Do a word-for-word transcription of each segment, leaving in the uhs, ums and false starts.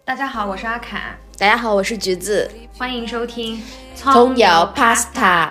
大家好，我是阿侃。 大家好，我是橘子。 欢迎收听葱油 Pasta。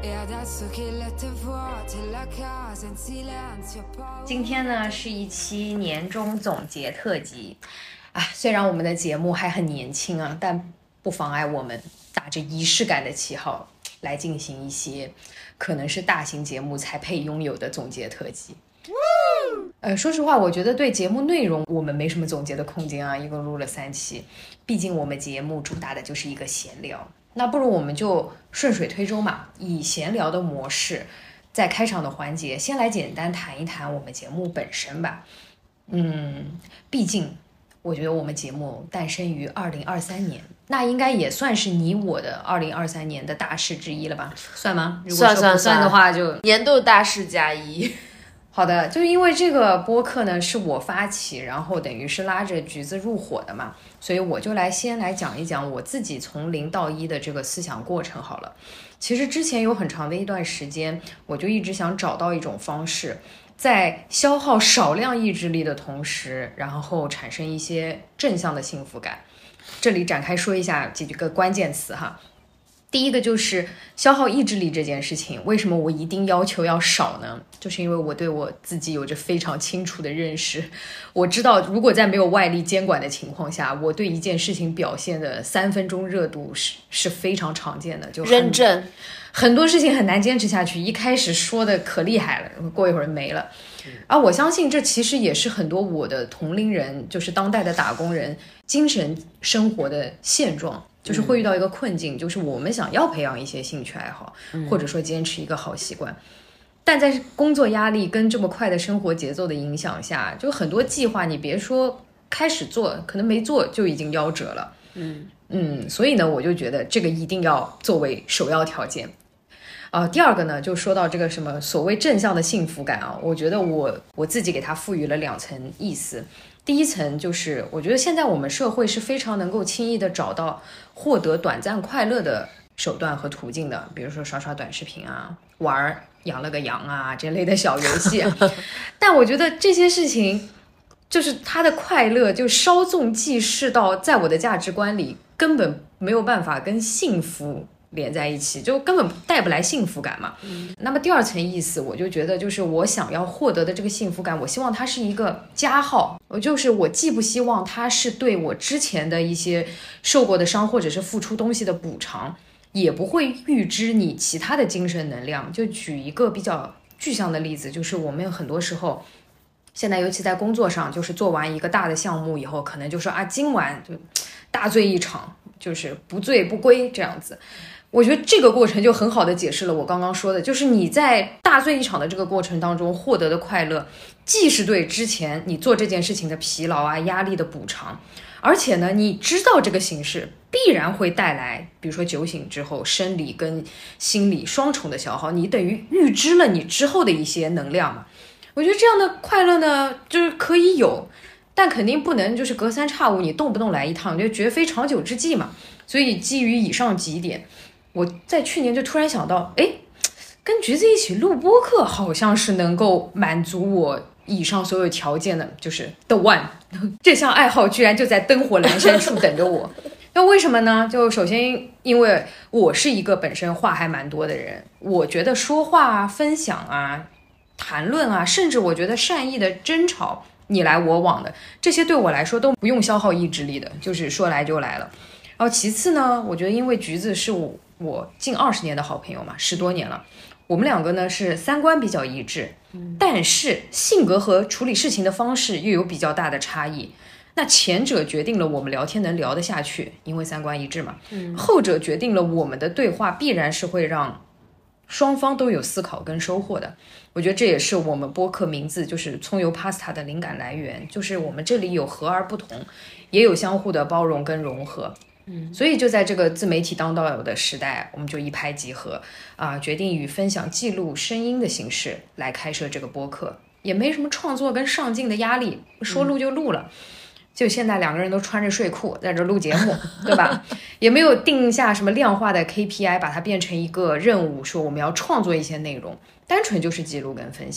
今天呢是一期年终总结特辑。啊，虽然我们的节目还很年轻啊，但不妨碍我们打着仪式感的旗号来进行一些可能是大型节目才配拥有的总结特辑。呃，说实话，我觉得对节目内容我们没什么总结的空间啊，一共录了三期，毕竟我们节目主打的就是一个闲聊，那不如我们就顺水推舟嘛，以闲聊的模式，在开场的环节先来简单谈一谈我们节目本身吧。嗯，毕竟我觉得我们节目诞生于二零二三年，那应该也算是你我的二零二三年的大事之一了吧？算吗？如果说不算的话就， 就年度大事加一。 好的，就是因为这个播客呢是我发起，然后等于是拉着橘子入伙的嘛，所以我就来先来讲一讲我自己从零到一的这个思想过程好了。其实之前有很长的一段时间，我就一直想找到一种方式，在消耗少量意志力的同时，然后产生一些正向的幸福感。这里展开说一下几个关键词哈。第一个就是消耗意志力这件事情，为什么我一定要求要少呢？就是因为我对我自己有着非常清楚的认识，我知道如果在没有外力监管的情况下，我对一件事情表现的三分钟热度是是非常常见的，就认真， 很多事情很难坚持下去，一开始说的可厉害了，过一会儿没了。而我相信这其实也是很多我的同龄人，就是当代的打工人精神生活的现状。就是会遇到一个困境，就是我们想要培养一些兴趣爱好，或者说坚持一个好习惯，但在工作压力跟这么快的生活节奏的影响下，就很多计划你别说开始做，可能没做就已经夭折了。嗯嗯，所以呢，我就觉得这个一定要作为首要条件。呃，第二个呢，就说到这个什么所谓正向的幸福感啊，我觉得我我自己给它赋予了两层意思。第一层就是，我觉得现在我们社会是非常能够轻易的找到获得短暂快乐的手段和途径的，比如说刷刷短视频啊，玩养了个羊啊这类的小游戏。但我觉得这些事情，就是它的快乐就稍纵即逝到，在我的价值观里根本没有办法跟幸福连在一起，就根本带不来幸福感嘛。嗯，那么第二层意思，我就觉得就是我想要获得的这个幸福感，我希望它是一个加号，我就是我既不希望它是对我之前的一些受过的伤或者是付出东西的补偿，也不会预支你其他的精神能量。就举一个比较具象的例子，就是我们有很多时候，现在尤其在工作上，就是做完一个大的项目以后，可能就说啊，今晚就大醉一场，就是不醉不归这样子。我觉得这个过程就很好的解释了我刚刚说的，就是你在大醉一场的这个过程当中获得的快乐，既是对之前你做这件事情的疲劳啊、压力的补偿，而且呢，你知道这个形式必然会带来，比如说酒醒之后生理跟心理双重的消耗，你等于预支了你之后的一些能量嘛。我觉得这样的快乐呢，就是可以有，但肯定不能就是隔三差五你动不动来一趟，就绝非长久之计嘛。所以基于以上几点，我在去年就突然想到，哎，跟橘子一起录播客好像是能够满足我以上所有条件的，就是 the one 这项爱好居然就在灯火阑珊处等着我。那为什么呢？就首先因为我是一个本身话还蛮多的人，我觉得说话啊、分享啊、谈论啊，甚至我觉得善意的争吵，你来我往的，这些对我来说都不用消耗意志力的，就是说来就来了。然后其次呢，我觉得因为橘子是我我近二十年的好朋友嘛，十多年了，我们两个呢是三观比较一致，但是性格和处理事情的方式又有比较大的差异。那前者决定了我们聊天能聊得下去，因为三观一致嘛。嗯，后者决定了我们的对话必然是会让双方都有思考跟收获的。我觉得这也是我们播客名字就是葱油 Pasta 的灵感来源，就是我们这里有和而不同，也有相互的包容跟融合。嗯，所以就在这个自媒体当道有的时代，我们就一拍即合啊、呃，决定以分享记录声音的形式来开设这个播客，也没什么创作跟上镜的压力，说录就录了。嗯，就现在两个人都穿着睡裤在这录节目，对吧？也没有定下什么量化的 K P I， 把它变成一个任务，说我们要创作一些内容，单纯就是记录跟分享。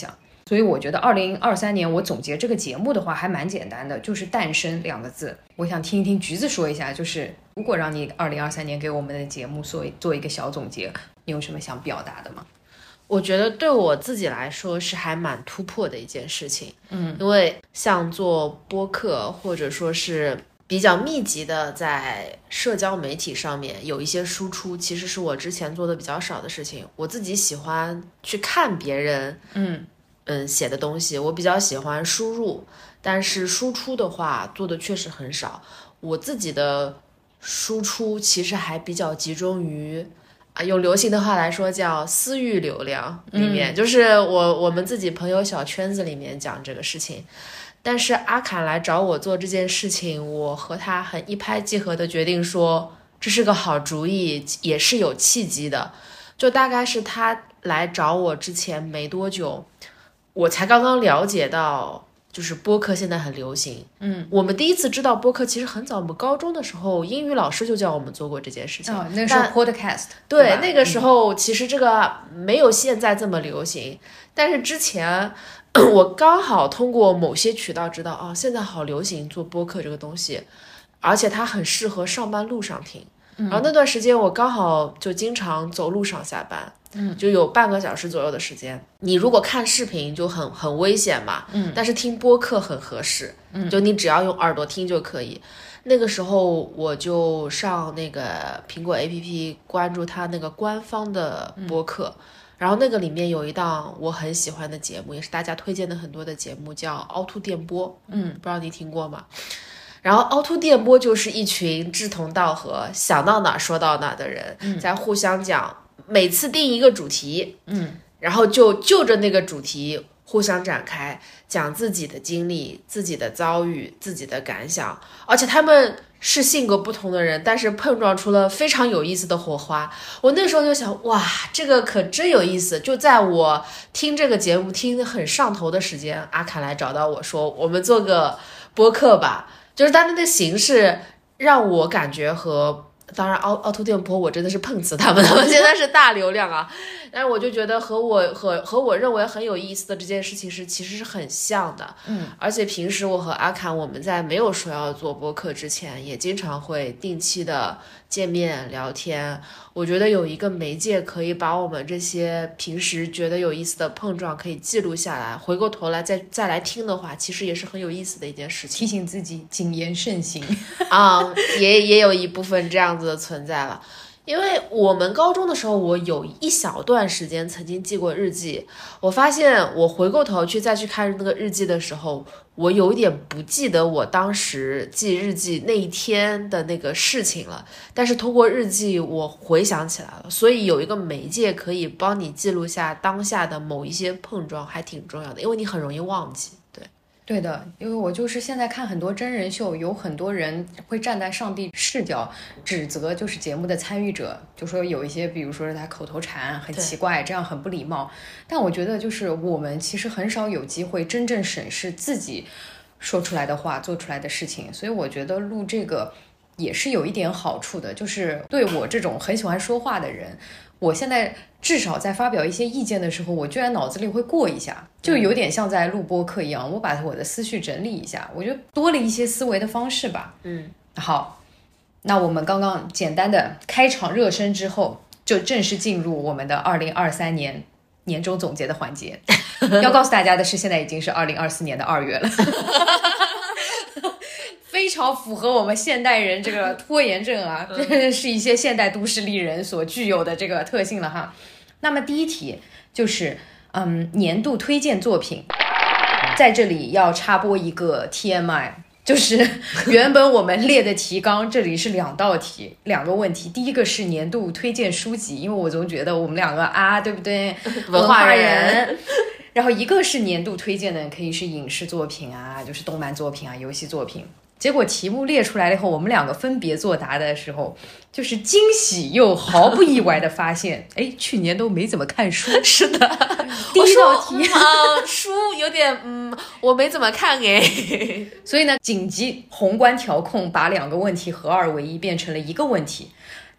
所以我觉得二零二三年我总结这个节目的话还蛮简单的，就是诞生两个字。我想听一听橘子说一下，就是如果让你二零二三年给我们的节目做做一个小总结，你有什么想表达的吗？ 我觉得对我自己来说是还蛮突破的一件事情，嗯，因为像做播客或者说是比较密集的在社交媒体上面有一些输出，其实是我之前做的比较少的事情。我自己喜欢去看别人，嗯嗯写的东西，我比较喜欢输入，但是输出的话做的确实很少。我自己的输出其实还比较集中于啊，用流行的话来说叫私域流量里面，嗯、就是我我们自己朋友小圈子里面讲这个事情。但是阿侃来找我做这件事情，我和他很一拍即合的决定说这是个好主意，也是有契机的。就大概是他来找我之前没多久，我才刚刚了解到就是播客现在很流行。嗯，我们第一次知道播客其实很早，我们高中的时候英语老师就叫我们做过这件事情。 哦，那个时候 podcast 对, 对那个时候其实这个没有现在这么流行，但是之前我刚好通过某些渠道知道，哦，现在好流行做播客这个东西，而且它很适合上班路上听。然后那段时间我刚好就经常走路上下班，嗯，就有半个小时左右的时间。你如果看视频就很很危险嘛，嗯，但是听播客很合适，嗯，就你只要用耳朵听就可以。那个时候我就上那个苹果 A P P 关注它那个官方的播客，嗯，然后那个里面有一档我很喜欢的节目，也是大家推荐的很多的节目，叫凹凸电波，嗯，不知道你听过吗？然后凹凸电波就是一群志同道合，想到哪说到哪的人，嗯，在互相讲，每次定一个主题，嗯，然后就就着那个主题互相展开，讲自己的经历、自己的遭遇、自己的感想，而且他们是性格不同的人，但是碰撞出了非常有意思的火花。我那时候就想，哇，这个可真有意思。就在我听这个节目听得很上头的时间，阿侃来找到我说，我们做个播客吧。就是它的形式让我感觉和，当然凹凹凸电波我真的是碰瓷他们，他们现在是大流量啊，但是我就觉得和我和和我认为很有意思的这件事情是其实是很像的，嗯，而且平时我和阿侃我们在没有说要做播客之前，也经常会定期的见面聊天。我觉得有一个媒介可以把我们这些平时觉得有意思的碰撞可以记录下来，回过头来再再来听的话，其实也是很有意思的一件事情。 提醒自己谨言慎行啊，也也有一部分这样子的存在了。因为我们高中的时候，我有一小段时间曾经记过日记，我发现我回过头去再去看那个日记的时候，我有一点不记得我当时记日记那一天的那个事情了，但是通过日记我回想起来了，所以有一个媒介可以帮你记录下当下的某一些碰撞还挺重要的，因为你很容易忘记。对对的，因为我就是现在看很多真人秀，有很多人会站在上帝视角指责就是节目的参与者，就说有一些比如说是他口头禅很奇怪，这样很不礼貌。但我觉得就是我们其实很少有机会真正审视自己说出来的话做出来的事情，所以我觉得录这个也是有一点好处的，就是对我这种很喜欢说话的人，我现在至少在发表一些意见的时候，我居然脑子里会过一下，就有点像在录播课一样，我把我的思绪整理一下，我就多了一些思维的方式吧。嗯，好，那我们刚刚简单的开场热身之后，就正式进入我们的二零二三年年终总结的环节。要告诉大家的是，现在已经是二零二四年的二月了。非常符合我们现代人这个拖延症啊，这是一些现代都市丽人所具有的这个特性了哈。那么第一题就是嗯，年度推荐作品，在这里要插播一个 T M I， 就是原本我们列的提纲这里是两道题，两个问题。第一个是年度推荐书籍，因为我总觉得我们两个啊，对不对， 文化人。 然后一个是年度推荐的可以是影视作品啊，就是动漫作品啊，游戏作品。结果题目列出来了以后，我们两个分别作答的时候，就是惊喜又毫不意外的发现，哎，去年都没怎么看书。 是的， 第一道题啊、呃，书有点嗯，我没怎么看哎。 所以呢，紧急宏观调控把两个问题合二为一，变成了一个问题。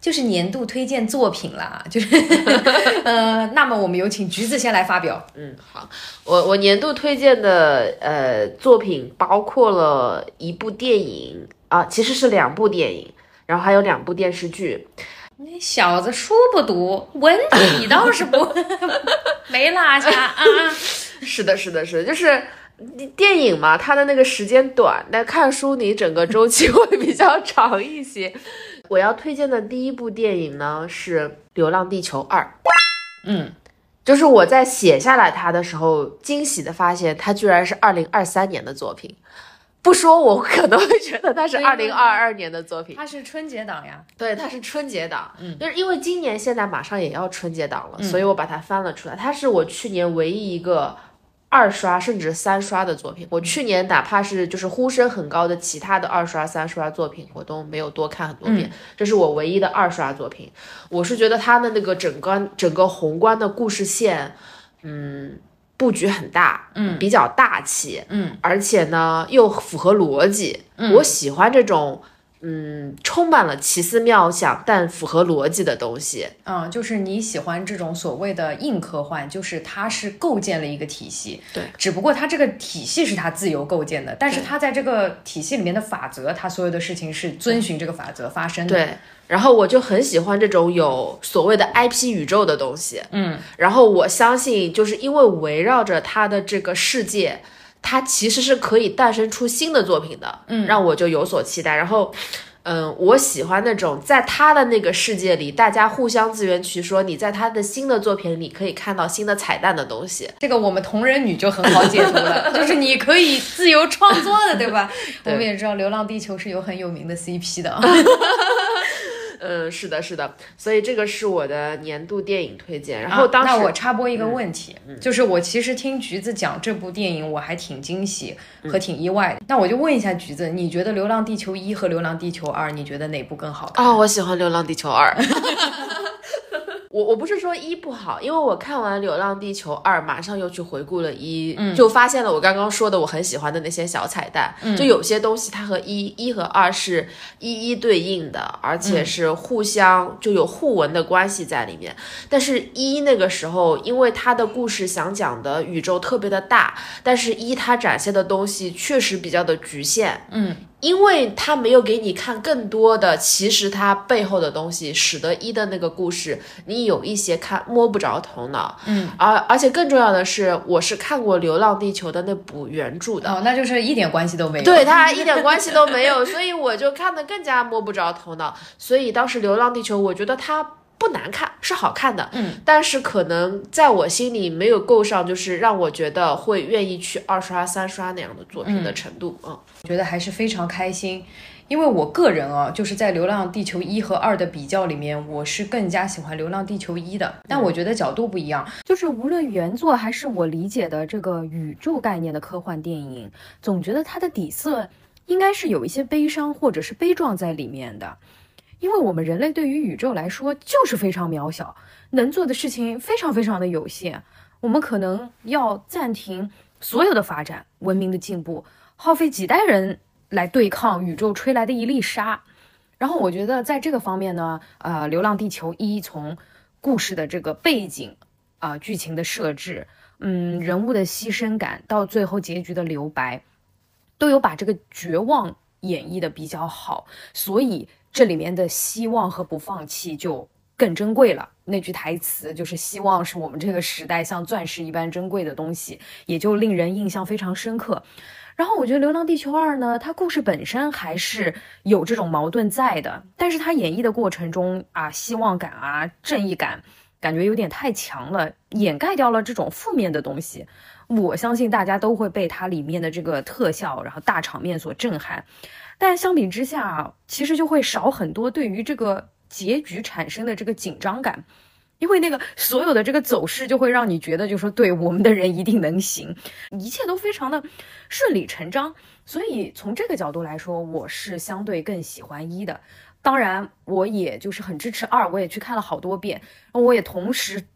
就是年度推荐作品啦，就是呃，那么我们有请橘子先来发表。 嗯，好，我我年度推荐的呃作品包括了一部电影啊，其实是两部电影，然后还有两部电视剧。 那小子书不读，文体倒是不没落下啊。 是的，是的，是的，就是电影嘛，它的那个时间短，但看书你整个周期会比较长一些。我要推荐的第一部电影呢是《流浪地球二》。 嗯， 就是我在写下来它的时候，惊喜的发现它居然是二零二三年的作品。不说我可能会觉得它是二零二二年的作品。 它是春节档呀。 对，它是春节档。 嗯， 就是因为今年现在马上也要春节档了， 嗯、 所以我把它翻了出来。它是我去年唯一一个二刷甚至三刷的作品。我去年哪怕是就是呼声很高的其他的二刷三刷作品，我都没有多看很多遍。嗯、这是我唯一的二刷作品。我是觉得它的那个整个整个宏观的故事线，嗯。布局很大， 嗯， 比较大气， 嗯， 而且呢又符合逻辑， 嗯， 我喜欢这种，嗯，充满了奇思妙想但符合逻辑的东西。 嗯，就是你喜欢这种所谓的硬科幻，就是它是构建了一个体系， 对， 只不过它这个体系是它自由构建的，但是它在这个体系里面的法则，它所有的事情是遵循这个法则发生的。 对。然后我就很喜欢这种有所谓的 I P 宇宙的东西， 嗯，然后我相信就是因为围绕着它的这个世界，它其实是可以诞生出新的作品的， 嗯， 让我就有所期待。然后，嗯，我喜欢那种在他的那个世界里，大家互相自圆其说，你在他的新的作品里可以看到新的彩蛋的东西。 这个我们同人女就很好解读了，就是你可以自由创作的，对吧？对，我们也知道《流浪地球》是有很有名的 C P 的。 嗯，是的，是的，所以这个是我的年度电影推荐。然后当时、 啊、那我插播一个问题、 嗯嗯、 就是我其实听橘子讲这部电影我还挺惊喜和挺意外的、嗯、那我就问一下橘子，你觉得《流浪地球一》和《流浪地球二》你觉得哪部更好看？ 哦，我喜欢《流浪地球二》。我我不是说一不好，因为我看完《流浪地球二》，马上又去回顾了一、嗯，就发现了我刚刚说的我很喜欢的那些小彩蛋。嗯，就有些东西它和一一和二是一一对应的，而且是互相就有互文的关系在里面。嗯、但是一那个时候，因为它的故事想讲的宇宙特别的大，但是一它展现的东西确实比较的局限。 嗯。 因为他没有给你看更多的其实他背后的东西，使得一的那个故事你有一些看摸不着头脑。 嗯， 而而且更重要的是，我是看过《流浪地球》的那部原著的。 哦，那就是一点关系都没有。 对，它一点关系都没有，所以我就看得更加摸不着头脑。所以当时《流浪地球》，我觉得它不难看，是好看的， 嗯， 但是可能在我心里没有够上，就是让我觉得会愿意去二刷、三刷那样的作品的程度。嗯， 我觉得还是非常开心，因为我个人啊，就是在《流浪地球一》和二的比较里面，我是更加喜欢《流浪地球一》的，但我觉得角度不一样， 就是无论原作还是我理解的这个宇宙概念的科幻电影，总觉得它的底色应该是有一些悲伤或者是悲壮在里面的。因为我们人类对于宇宙来说就是非常渺小，能做的事情非常非常的有限，我们可能要暂停所有的发展，文明的进步，耗费几代人来对抗宇宙吹来的一粒沙。然后我觉得在这个方面呢，呃，《流浪地球一》从故事的这个背景啊、呃，剧情的设置，嗯，人物的牺牲感，到最后结局的留白，都有把这个绝望演绎的比较好，所以这里面的希望和不放弃就更珍贵了。那句台词就是希望是我们这个时代像钻石一般珍贵的东西，也就令人印象非常深刻。然后我觉得《流浪地球二》呢，它故事本身还是有这种矛盾在的，但是它演绎的过程中啊，希望感啊、正义感感觉有点太强了，掩盖掉了这种负面的东西。我相信大家都会被它里面的这个特效然后大场面所震撼，但相比之下其实就会少很多对于这个结局产生的这个紧张感，因为那个所有的这个走势就会让你觉得就说对，我们的人一定能行，一切都非常的顺理成章。所以从这个角度来说，我是相对更喜欢一的。当然我也就是很支持二，我也去看了好多遍，我也同时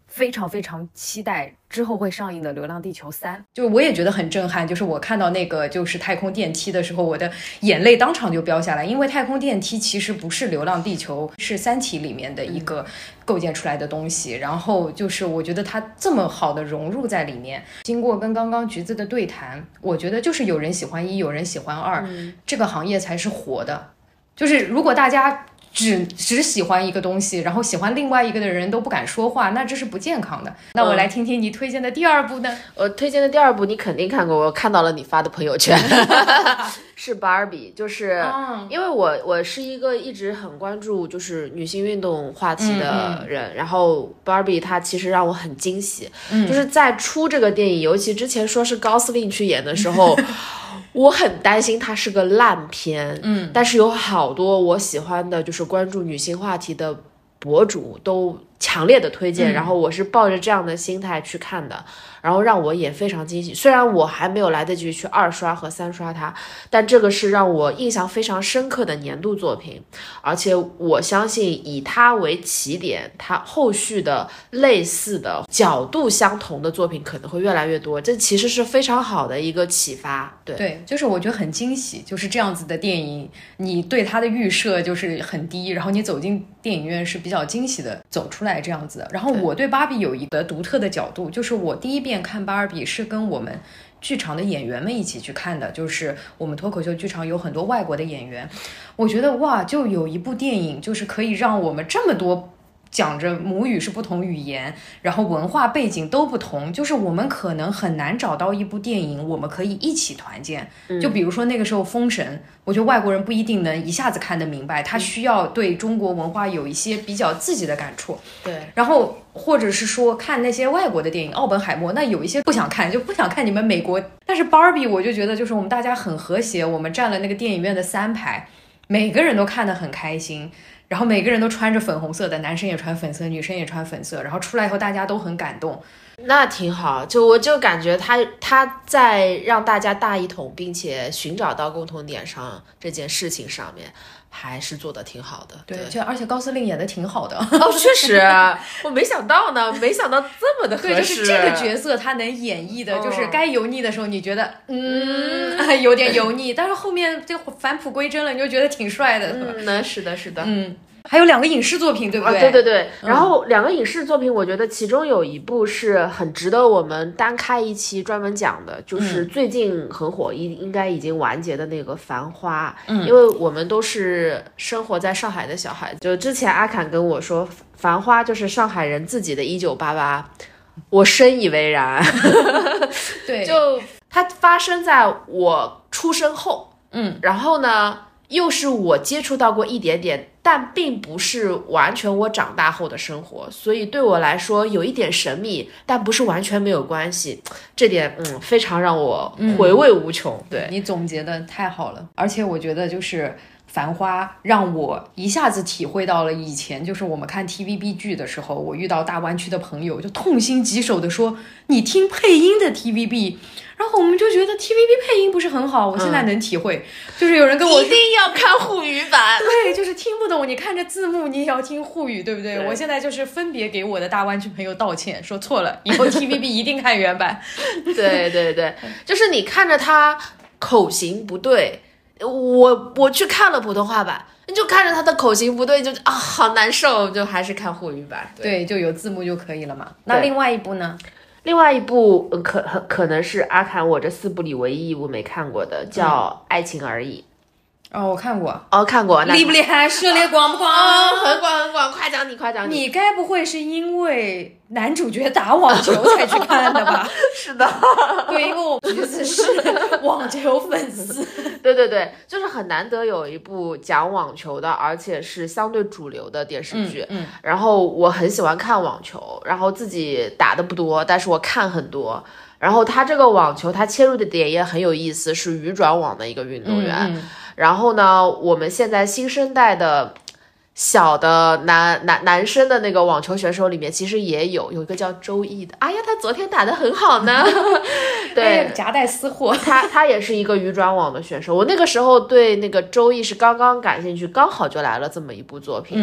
非常非常期待之后会上映的《流浪地球三》。 就我也觉得很震撼，就是我看到那个就是太空电梯的时候，我的眼泪当场就飙下来，因为太空电梯其实不是《流浪地球》，是《三体》里面的一个构建出来的东西，然后就是我觉得它这么好的融入在里面，经过跟刚刚橘子的对谈，我觉得就是有人喜欢一，有人喜欢二，嗯、这个行业才是活的。就是如果大家只只喜欢一个东西，然后喜欢另外一个的人都不敢说话，那这是不健康的。那我来听听你推荐的第二部呢？ 我推荐的第二部你肯定看过，我看到了你发的朋友圈是 Barbie， 就是因为我我是一个一直很关注就是女性运动话题的人，嗯嗯然后 Barbie 它其实让我很惊喜，嗯、就是在出这个电影，尤其之前说是高司令去演的时候我很担心它是个烂片，嗯，但是有好多我喜欢的就是关注女性话题的博主都强烈的推荐、嗯、然后我是抱着这样的心态去看的，然后让我也非常惊喜。虽然我还没有来得及去二刷和三刷它，但这个是让我印象非常深刻的年度作品，而且我相信以它为起点，它后续的类似的角度相同的作品可能会越来越多，这其实是非常好的一个启发。对对，就是我觉得很惊喜，就是这样子的电影你对它的预设就是很低，然后你走进电影院是比较惊喜的走出来这样子的。然后我对芭比有一个独特的角度，就是我第一遍看芭比是跟我们剧场的演员们一起去看的，就是我们脱口秀剧场有很多外国的演员，我觉得哇，就有一部电影就是可以让我们这么多讲着母语是不同语言，然后文化背景都不同，就是我们可能很难找到一部电影我们可以一起团建、嗯、就比如说那个时候封神，我觉得外国人不一定能一下子看得明白，他需要对中国文化有一些比较自己的感触。 对， 然后或者是说看那些外国的电影，奥本海默，那有一些不想看，就不想看你们美国，但是 Barbie 我就觉得就是我们大家很和谐，我们占了那个电影院的三排，每个人都看得很开心，然后每个人都穿着粉红色的，男生也穿粉色，女生也穿粉色，然后出来以后大家都很感动。 那挺好，就我就感觉他他在让大家大一统并且寻找到共同点上这件事情上面还是做的挺好的。 对，就而且高司令演的挺好的。 哦，确实我没想到呢，没想到这么的合适。 对，就是这个角色他能演绎的、哦、就是该油腻的时候你觉得嗯、嗯、有点油腻，但是后面就返璞归真了，你就觉得挺帅的。 嗯，那是的是的。 嗯，还有两个影视作品对不对？ 啊、对对对，然后两个影视作品我觉得其中有一部是很值得我们单开一期专门讲的，就是最近很火应应该已经完结的那个《繁花》。嗯，因为我们都是生活在上海的小孩，就之前阿侃跟我说《繁花》就是上海人自己的一九八八，我深以为然。 对， 就它发生在我出生后， 嗯， 然后呢又是我接触到过一点点，但并不是完全我长大后的生活，所以对我来说有一点神秘，但不是完全没有关系，这点嗯非常让我回味无穷。嗯、对， 你总结的太好了，而且我觉得就是繁花让我一下子体会到了以前就是我们看 T V B 剧的时候，我遇到大湾区的朋友就痛心疾首的说你听配音的 T V B， 然后我们就觉得 T V B 配音不是很好，我现在能体会、嗯、就是有人跟我一定要看沪语版。 对，就是听不懂你看着字幕你也要听沪语，对不 对, 对我现在就是分别给我的大湾区朋友道歉，说错了，以后 T V B 一定看原版。 对对对，就是你看着他口型不对，我我去看了普通话版，你就看着他的口型不对就啊好难受，就还是看沪语版。 对, 对，就有字幕就可以了嘛。那另外一部呢？ 另外一部可可能是阿侃我这四部里唯一一部没看过的，叫《爱情而已》。 哦，我看过。 哦，看过。 厉不厉害？涉猎广不广？ 哦，很广很广，夸奖你夸奖你。你该不会是因为男主角打网球才去看的吧？ 是的。 对，因为我橘子是网球粉丝。 对对对，就是很难得有一部讲网球的，而且是相对主流的电视剧。 嗯, 嗯然后我很喜欢看网球，然后自己打的不多，但是我看很多。然后他这个网球他切入的点也很有意思，是鱼转网的一个运动员。 嗯嗯然后呢，我们现在新生代的小的男男男生的那个网球选手里面，其实也有有一个叫周毅的，哎呀，他昨天打得很好呢。对、 哎，夹带私货。 他他也是一个鱼转网的选手。我那个时候对那个周毅是刚刚感兴趣，刚好就来了这么一部作品。 嗯，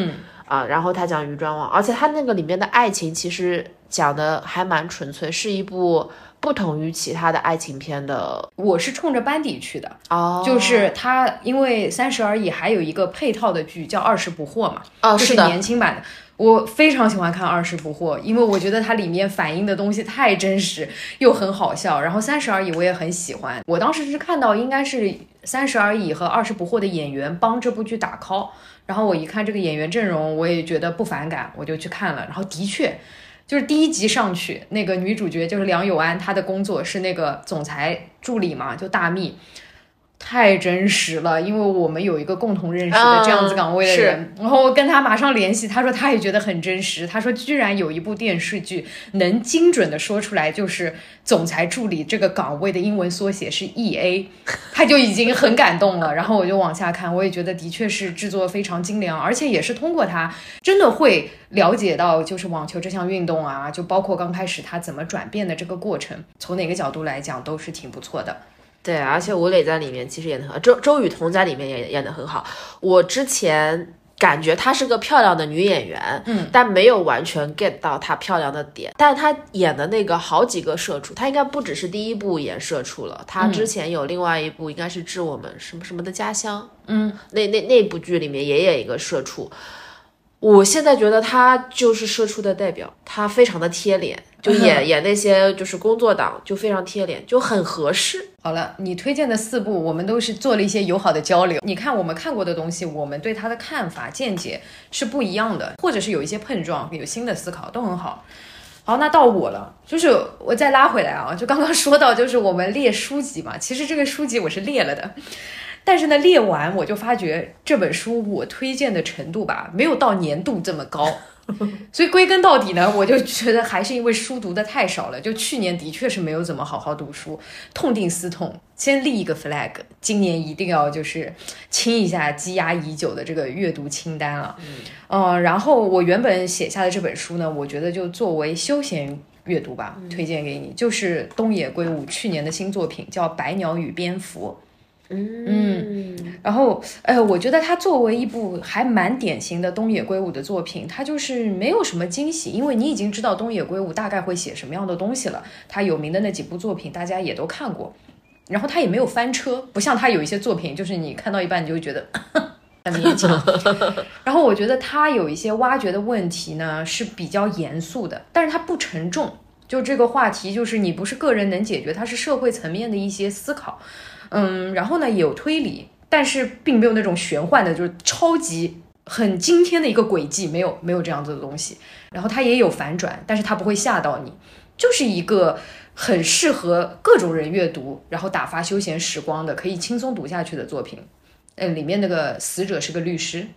啊，然后他讲余专网，而且他那个里面的爱情其实讲的还蛮纯粹，是一部不同于其他的爱情片的。 我是冲着班底去的哦， 就是他因为三十而已还有一个配套的剧叫二十不惑嘛， 哦， 就是年轻版的。我非常喜欢看二十不惑，因为我觉得它里面反映的东西太真实又很好笑。然后三十而已我也很喜欢，我当时是看到应该是三十而已和二十不惑的演员帮这部剧打 call， 然后我一看这个演员阵容我也觉得不反感，我就去看了。然后的确就是第一集上去，那个女主角就是梁友安，她的工作是那个总裁助理嘛，就大蜜，太真实了。因为我们有一个共同认识的这样子岗位的人、嗯、然后我跟他马上联系，他说他也觉得很真实，他说居然有一部电视剧能精准的说出来就是总裁助理这个岗位的英文缩写是 E A， 他就已经很感动了。然后我就往下看，我也觉得的确是制作非常精良，而且也是通过他真的会了解到就是网球这项运动啊，就包括刚开始他怎么转变的这个过程，从哪个角度来讲都是挺不错的。 对，而且吴磊在里面其实演得很好，周周雨彤在里面也演得很好。我之前感觉她是个漂亮的女演员， 嗯， 但没有完全 get 到她漂亮的点。但是她演的那个好几个社畜，她应该不只是第一部演社畜了，她之前有另外一部应该是致我们什么什么的家乡， 嗯， 那那那部剧里面也演一个社畜。我现在觉得他就是社畜的代表，他非常的贴脸，就演、嗯、演那些就是工作党就非常贴脸，就很合适。 好了，你推荐的四部我们都是做了一些友好的交流，你看我们看过的东西，我们对他的看法见解是不一样的，或者是有一些碰撞，有新的思考，都很好。好，那到我了，就是我再拉回来啊，就刚刚说到就是我们列书籍嘛，其实这个书籍我是列了的，但是呢列完我就发觉这本书我推荐的程度吧没有到年度这么高，所以归根到底呢，我就觉得还是因为书读的太少了，就去年的确是没有怎么好好读书，痛定思痛，先立一个 flag， 今年一定要就是清一下积压已久的这个阅读清单了。嗯、呃，然后我原本写下的这本书呢，我觉得就作为休闲阅读吧，推荐给你，就是东野圭吾去年的新作品叫《百鸟与蝙蝠》。嗯，然后呃，我觉得它作为一部还蛮典型的东野圭吾的作品，它就是没有什么惊喜，因为你已经知道东野圭吾大概会写什么样的东西了，他有名的那几部作品大家也都看过，然后他也没有翻车，不像他有一些作品就是你看到一半你就会觉得很勉强然后我觉得他有一些挖掘的问题呢是比较严肃的，但是他不沉重，就这个话题就是你不是个人能解决，它是社会层面的一些思考。嗯，然后呢也有推理，但是并没有那种玄幻的就是超级很惊天的一个轨迹，没有没有这样子的东西。然后它也有反转，但是它不会吓到你，就是一个很适合各种人阅读，然后打发休闲时光的，可以轻松读下去的作品。嗯，里面那个死者是个律师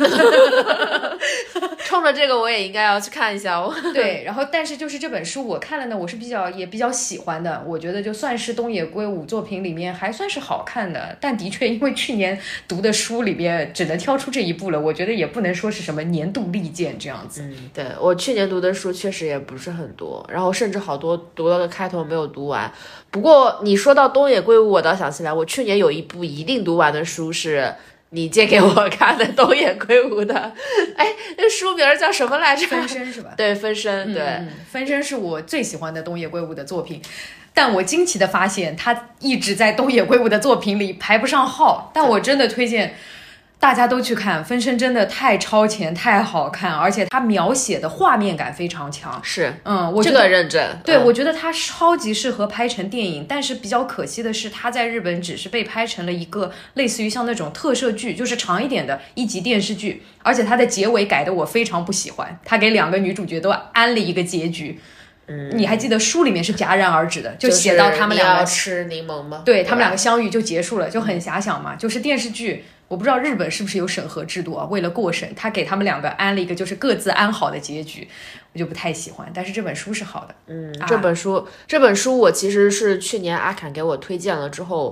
冲着这个我也应该要去看一下哦。 对，然后但是就是这本书我看了呢，我是比较也比较喜欢的，我觉得就算是东野圭吾作品里面还算是好看的，但的确因为去年读的书里面只能挑出这一部了，我觉得也不能说是什么年度力荐这样子。 嗯，对，我去年读的书确实也不是很多，然后甚至好多读了个开头没有读完。不过你说到东野圭吾，我倒想起来，我去年有一部一定读完的书是你借给我看的东野圭吾的，哎，那书名叫什么来着？ 分身是吧？ 对，分身，对、 嗯，分身是我最喜欢的东野圭吾的作品，但我惊奇的发现他一直在东野圭吾的作品里排不上号，但我真的推荐大家都去看，分身真的太超前太好看，而且他描写的画面感非常强。 是， 嗯，我这个认真。 对、 嗯、 我觉得他超级适合拍成电影，但是比较可惜的是他在日本只是被拍成了一个类似于像那种特摄剧，就是长一点的一集电视剧，而且他的结尾改的我非常不喜欢，他给两个女主角都安了一个结局。嗯，你还记得书里面是戛然而止的，就写到他们两个、 就是、吃柠檬吗？ 对，他们两个相遇就结束了，就很遐想嘛。就是电视剧我不知道日本是不是有审核制度啊，为了过审他给他们两个安了一个就是各自安好的结局，我就不太喜欢。但是这本书是好的。 嗯，啊、这本书这本书我其实是去年阿侃给我推荐了之后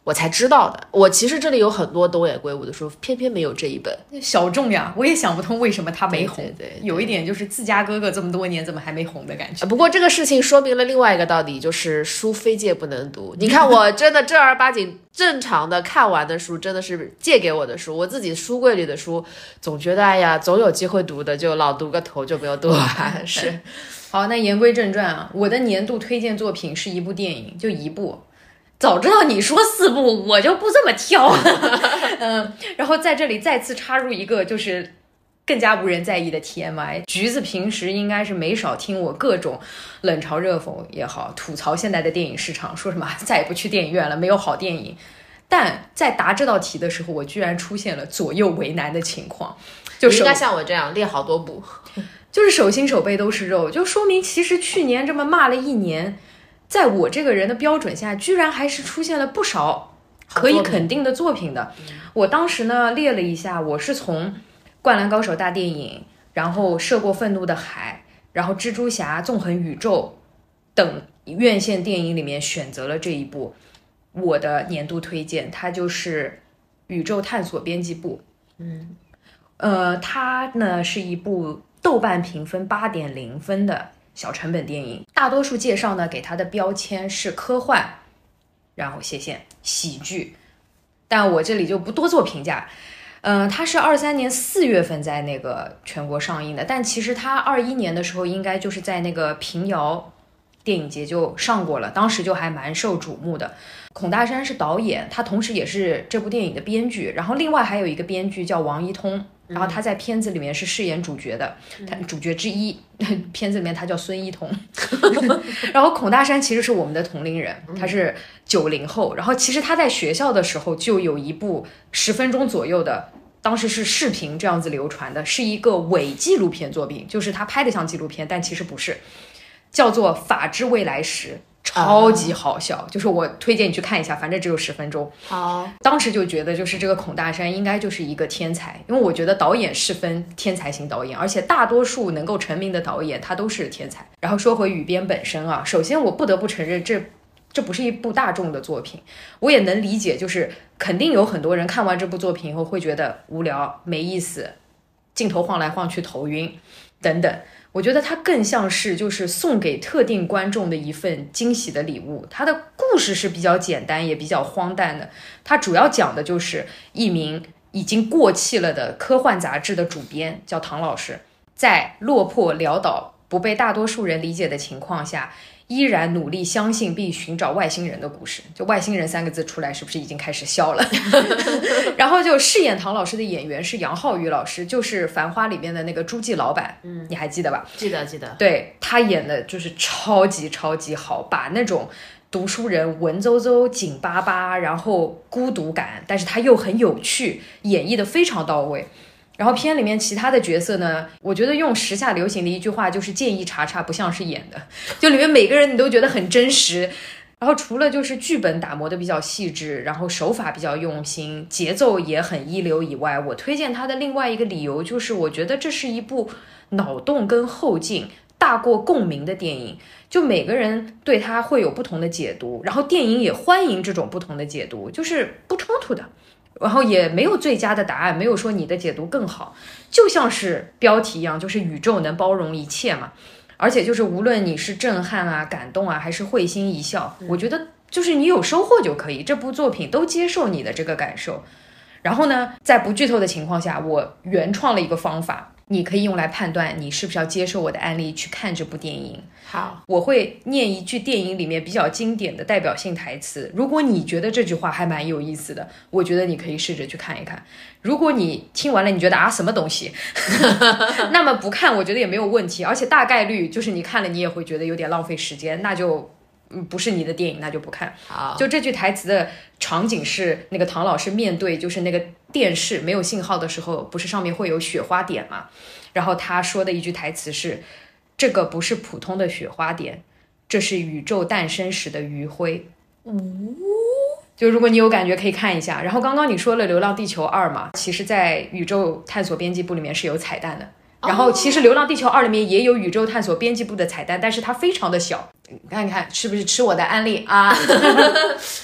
我才知道的。我其实这里有很多东野圭吾的书，偏偏没有这一本。 小众呀，我也想不通为什么他没红。 对对对对， 有一点就是自家哥哥这么多年怎么还没红的感觉。 不过这个事情说明了另外一个道理，就是书非借不能读。你看我真的正儿八经正常的看完的书，真的是借给我的书，我自己书柜里的书，总觉得哎呀，总有机会读的，就老读个头就没有读完。是。 好，那言归正传啊，我的年度推荐作品是一部电影，就一部。早知道你说四部，我就不这么挑。嗯，然后在这里再次插入一个就是更加无人在意的 T M I。橘子平时应该是没少听我各种冷嘲热讽也好，吐槽现在的电影市场，说什么再也不去电影院了，没有好电影。但在答这道题的时候，我居然出现了左右为难的情况。就应该像我这样列好多部， 就是手心手背都是肉，就说明其实去年这么骂了一年。在我这个人的标准下，居然还是出现了不少可以肯定的作品的。我当时呢列了一下，我是从《灌篮高手》大电影，然后《涉过愤怒的海》，然后《蜘蛛侠：纵横宇宙》等院线电影里面选择了这一部我的年度推荐，它就是《宇宙探索编辑部》。嗯，呃，它呢是一部豆瓣评分八点零分的小成本电影，大多数介绍呢给它的标签是科幻，然后斜线喜剧，但我这里就不多做评价。嗯、呃，它是二三年四月份在那个全国上映的，但其实它二一年的时候应该就是在那个平遥电影节就上过了，当时就还蛮受瞩目的。孔大山是导演，他同时也是这部电影的编剧，然后另外还有一个编剧叫王一通，然后他在片子里面是饰演主角的，他主角之一，片子里面他叫孙一通。然后孔大山其实是我们的同龄人，他是九零后，然后其实他在学校的时候就有一部十分钟左右的，当时是视频这样子流传的，是一个伪纪录片作品，就是他拍的像纪录片，但其实不是，叫做《法治未来时》。超级好笑、啊、就是我推荐你去看一下，反正只有十分钟。 好， 当时就觉得就是这个孔大山应该就是一个天才，因为我觉得导演是分天才型导演，而且大多数能够成名的导演他都是天才。然后说回雨边本身啊，首先我不得不承认这这不是一部大众的作品，我也能理解，就是肯定有很多人看完这部作品以后会觉得无聊没意思，镜头晃来晃去头晕等等。我觉得它更像是就是送给特定观众的一份惊喜的礼物。它的故事是比较简单也比较荒诞的，它主要讲的就是一名已经过气了的科幻杂志的主编叫唐老师，在落魄潦倒不被大多数人理解的情况下，依然努力相信并寻找外星人的故事。就外星人三个字出来是不是已经开始笑了？然后就饰演唐老师的演员是杨浩宇老师，就是繁花里面的那个诸暨老板，嗯，你还记得吧？ 记得记得。 对，他演的就是超级超级好，把那种读书人文绉绉紧巴巴然后孤独感，但是他又很有趣，演绎的非常到位。然后片里面其他的角色呢，我觉得用时下流行的一句话就是建议查查不像是演的，就里面每个人你都觉得很真实。然后除了就是剧本打磨的比较细致，然后手法比较用心，节奏也很一流以外，我推荐它的另外一个理由就是我觉得这是一部脑洞跟后劲大过共鸣的电影，就每个人对它会有不同的解读，然后电影也欢迎这种不同的解读，就是不冲突的，然后也没有最佳的答案，没有说你的解读更好，就像是标题一样，就是宇宙能包容一切嘛。而且就是无论你是震撼啊、感动啊，还是会心一笑，我觉得就是你有收获就可以，这部作品都接受你的这个感受。然后呢，在不剧透的情况下，我原创了一个方法，你可以用来判断你是不是要接受我的案例去看这部电影。 好， 我会念一句电影里面比较经典的代表性台词，如果你觉得这句话还蛮有意思的，我觉得你可以试着去看一看。如果你听完了你觉得啊什么东西那么不看我觉得也没有问题，而且大概率就是你看了你也会觉得有点浪费时间，那就嗯不是你的电影，那就不看。 好， 就这句台词的场景是那个唐老师面对就是那个电视没有信号的时候，不是上面会有雪花点嘛，然后他说的一句台词是，这个不是普通的雪花点，这是宇宙诞生时的余晖。哦，就如果你有感觉可以看一下。然后刚刚你说了《流浪地球二》嘛，其实在宇宙探索编辑部里面是有彩蛋的，然后其实《流浪地球二》里面也有宇宙探索编辑部的彩蛋，但是它非常的小。你看看是不是吃我的安利啊？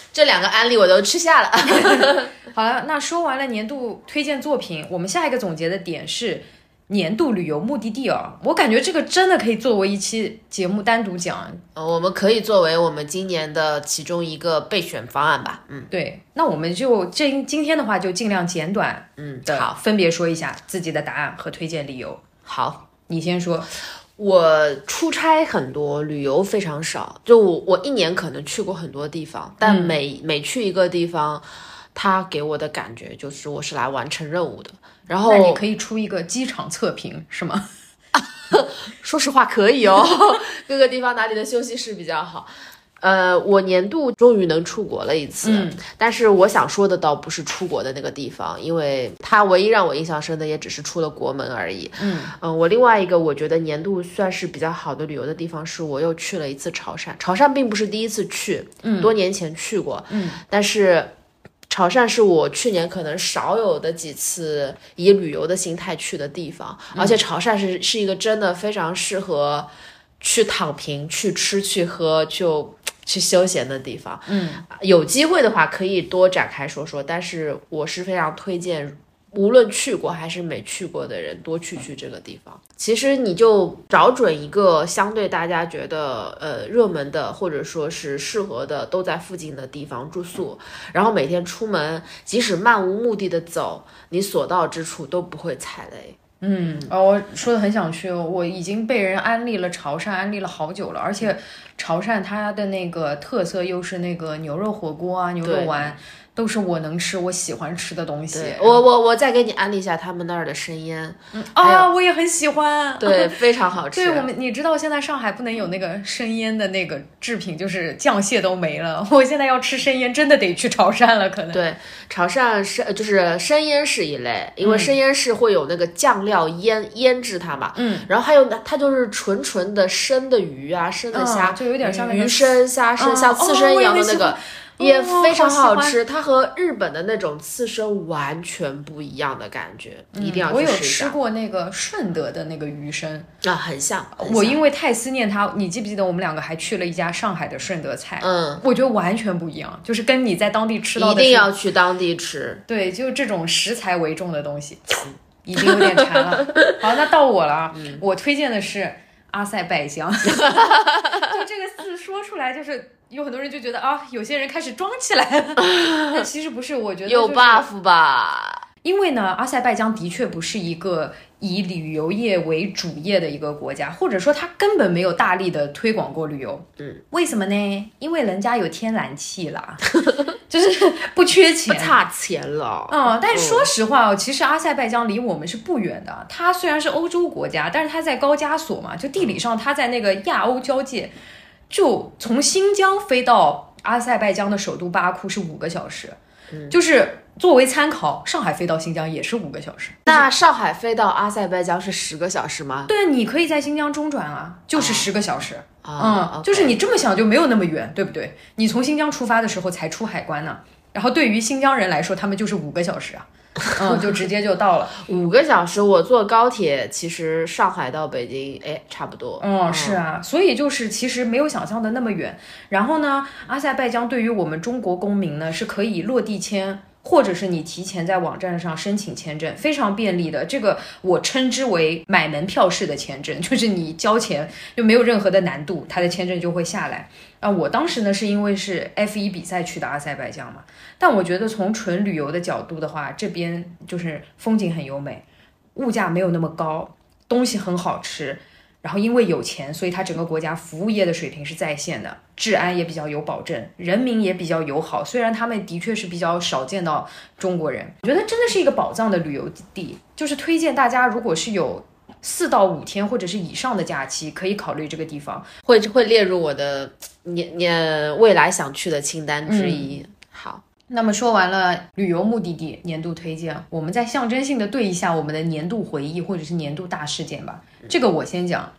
这两个案例我都吃下了。 好了，那说完了年度推荐作品，我们下一个总结的点是年度旅游目的地啊，我感觉这个真的可以作为一期节目单独讲。 呃，我们可以作为我们今年的其中一个备选方案吧。嗯， 对，那我们就这今天的话就尽量简短， 嗯， 好，分别说一下自己的答案和推荐理由。 好， 你先说。 我出差很多，旅游非常少。就我我一年可能去过很多地方，但每、嗯、每去一个地方，它给我的感觉就是我是来完成任务的。然后， 那你可以出一个机场测评是吗？ 说实话可以哦，各个地方哪里的休息室比较好。呃，我年度终于能出国了一次、嗯、但是我想说的倒不是出国的那个地方，因为它唯一让我印象深的也只是出了国门而已。嗯嗯、呃，我另外一个我觉得年度算是比较好的旅游的地方是我又去了一次潮汕。潮汕并不是第一次去，嗯，多年前去过，嗯，但是潮汕是我去年可能少有的几次以旅游的心态去的地方，而且潮汕是是一个真的非常适合去躺平、去吃、去喝、就去休闲的地方。嗯，有机会的话可以多展开说说，但是我是非常推荐无论去过还是没去过的人多去去这个地方。其实你就找准一个相对大家觉得呃热门的或者说是适合的都在附近的地方住宿，然后每天出门即使漫无目的的走，你所到之处都不会踩雷。 嗯，哦，我说的很想去哦，我已经被人安利了潮汕，安利了好久了，而且潮汕它的那个特色又是那个牛肉火锅啊、牛肉丸，都是我能吃、我喜欢吃的东西。 我我我再给你安利一下他们那儿的生腌， 嗯啊，我也很喜欢， 对，非常好吃。 对，我们你知道现在上海不能有那个生腌的那个制品，就是酱蟹都没了。我现在要吃生腌，真的得去潮汕了，可能。 对，潮汕是就是生腌是一类，因为生腌是会有那个酱料腌、嗯、腌制它嘛，嗯，然后还有它就是纯纯的生的鱼啊、生的虾， 嗯、就有点像那个鱼生、虾生， 嗯、 像刺身一样的那个。 哦也非常好吃、哦、好它和日本的那种刺身完全不一样的感觉、嗯、一定要去试一下。 我有吃过那个顺德的那个鱼生啊，很像, 很像我因为太思念它，你记不记得我们两个还去了一家上海的顺德菜， 嗯， 我觉得完全不一样，就是跟你在当地吃到的一定要去当地吃。 对，就这种食材为重的东西已经有点馋了。好，那到我了、嗯、我推荐的是阿塞拜疆。就这个字说出来就是有很多人就觉得啊，有些人开始装起来了，但其实不是，我觉得、就是、 有 buff 吧。 因为呢，阿塞拜疆的确不是一个以旅游业为主业的一个国家，或者说它根本没有大力的推广过旅游。嗯，为什么呢？因为人家有天然气啦，就是不缺钱， 不差钱了。 嗯，但是说实话哦，其实阿塞拜疆离我们是不远的。它虽然是欧洲国家，但是它在高加索嘛，就地理上它在那个亚欧交界。就从新疆飞到阿塞拜疆的首都巴库是五个小时、嗯、就是作为参考，上海飞到新疆也是五个小时。 那上海飞到阿塞拜疆是十个小时吗？ 对，你可以在新疆中转啊，就是十个小时、 哦、 嗯、 哦 okay、 就是你这么想就没有那么远，对不对？你从新疆出发的时候才出海关呢，然后对于新疆人来说他们就是五个小时啊。嗯，就直接就到了。 五个小时，我坐高铁，其实上海到北京，哎，差不多。 嗯，是啊，所以就是其实没有想象的那么远。然后呢，阿塞拜疆对于我们中国公民呢，是可以落地签，或者是你提前在网站上申请签证，非常便利的。这个我称之为买门票式的签证，就是你交钱就没有任何的难度，它的签证就会下来。啊，我当时呢是因为是 F 一 比赛去的阿塞拜疆嘛，但我觉得从纯旅游的角度的话，这边就是风景很优美，物价没有那么高，东西很好吃，然后因为有钱，所以它整个国家服务业的水平是在线的，治安也比较有保证，人民也比较友好，虽然他们的确是比较少见到中国人，我觉得真的是一个宝藏的旅游地，就是推荐大家如果是有四到五天或者是以上的假期，可以考虑这个地方， 会会列入我的年年未来想去的清单之一。嗯、好， 那么说完了旅游目的地年度推荐，我们再象征性的对一下我们的年度回忆或者是年度大事件吧。这个我先讲，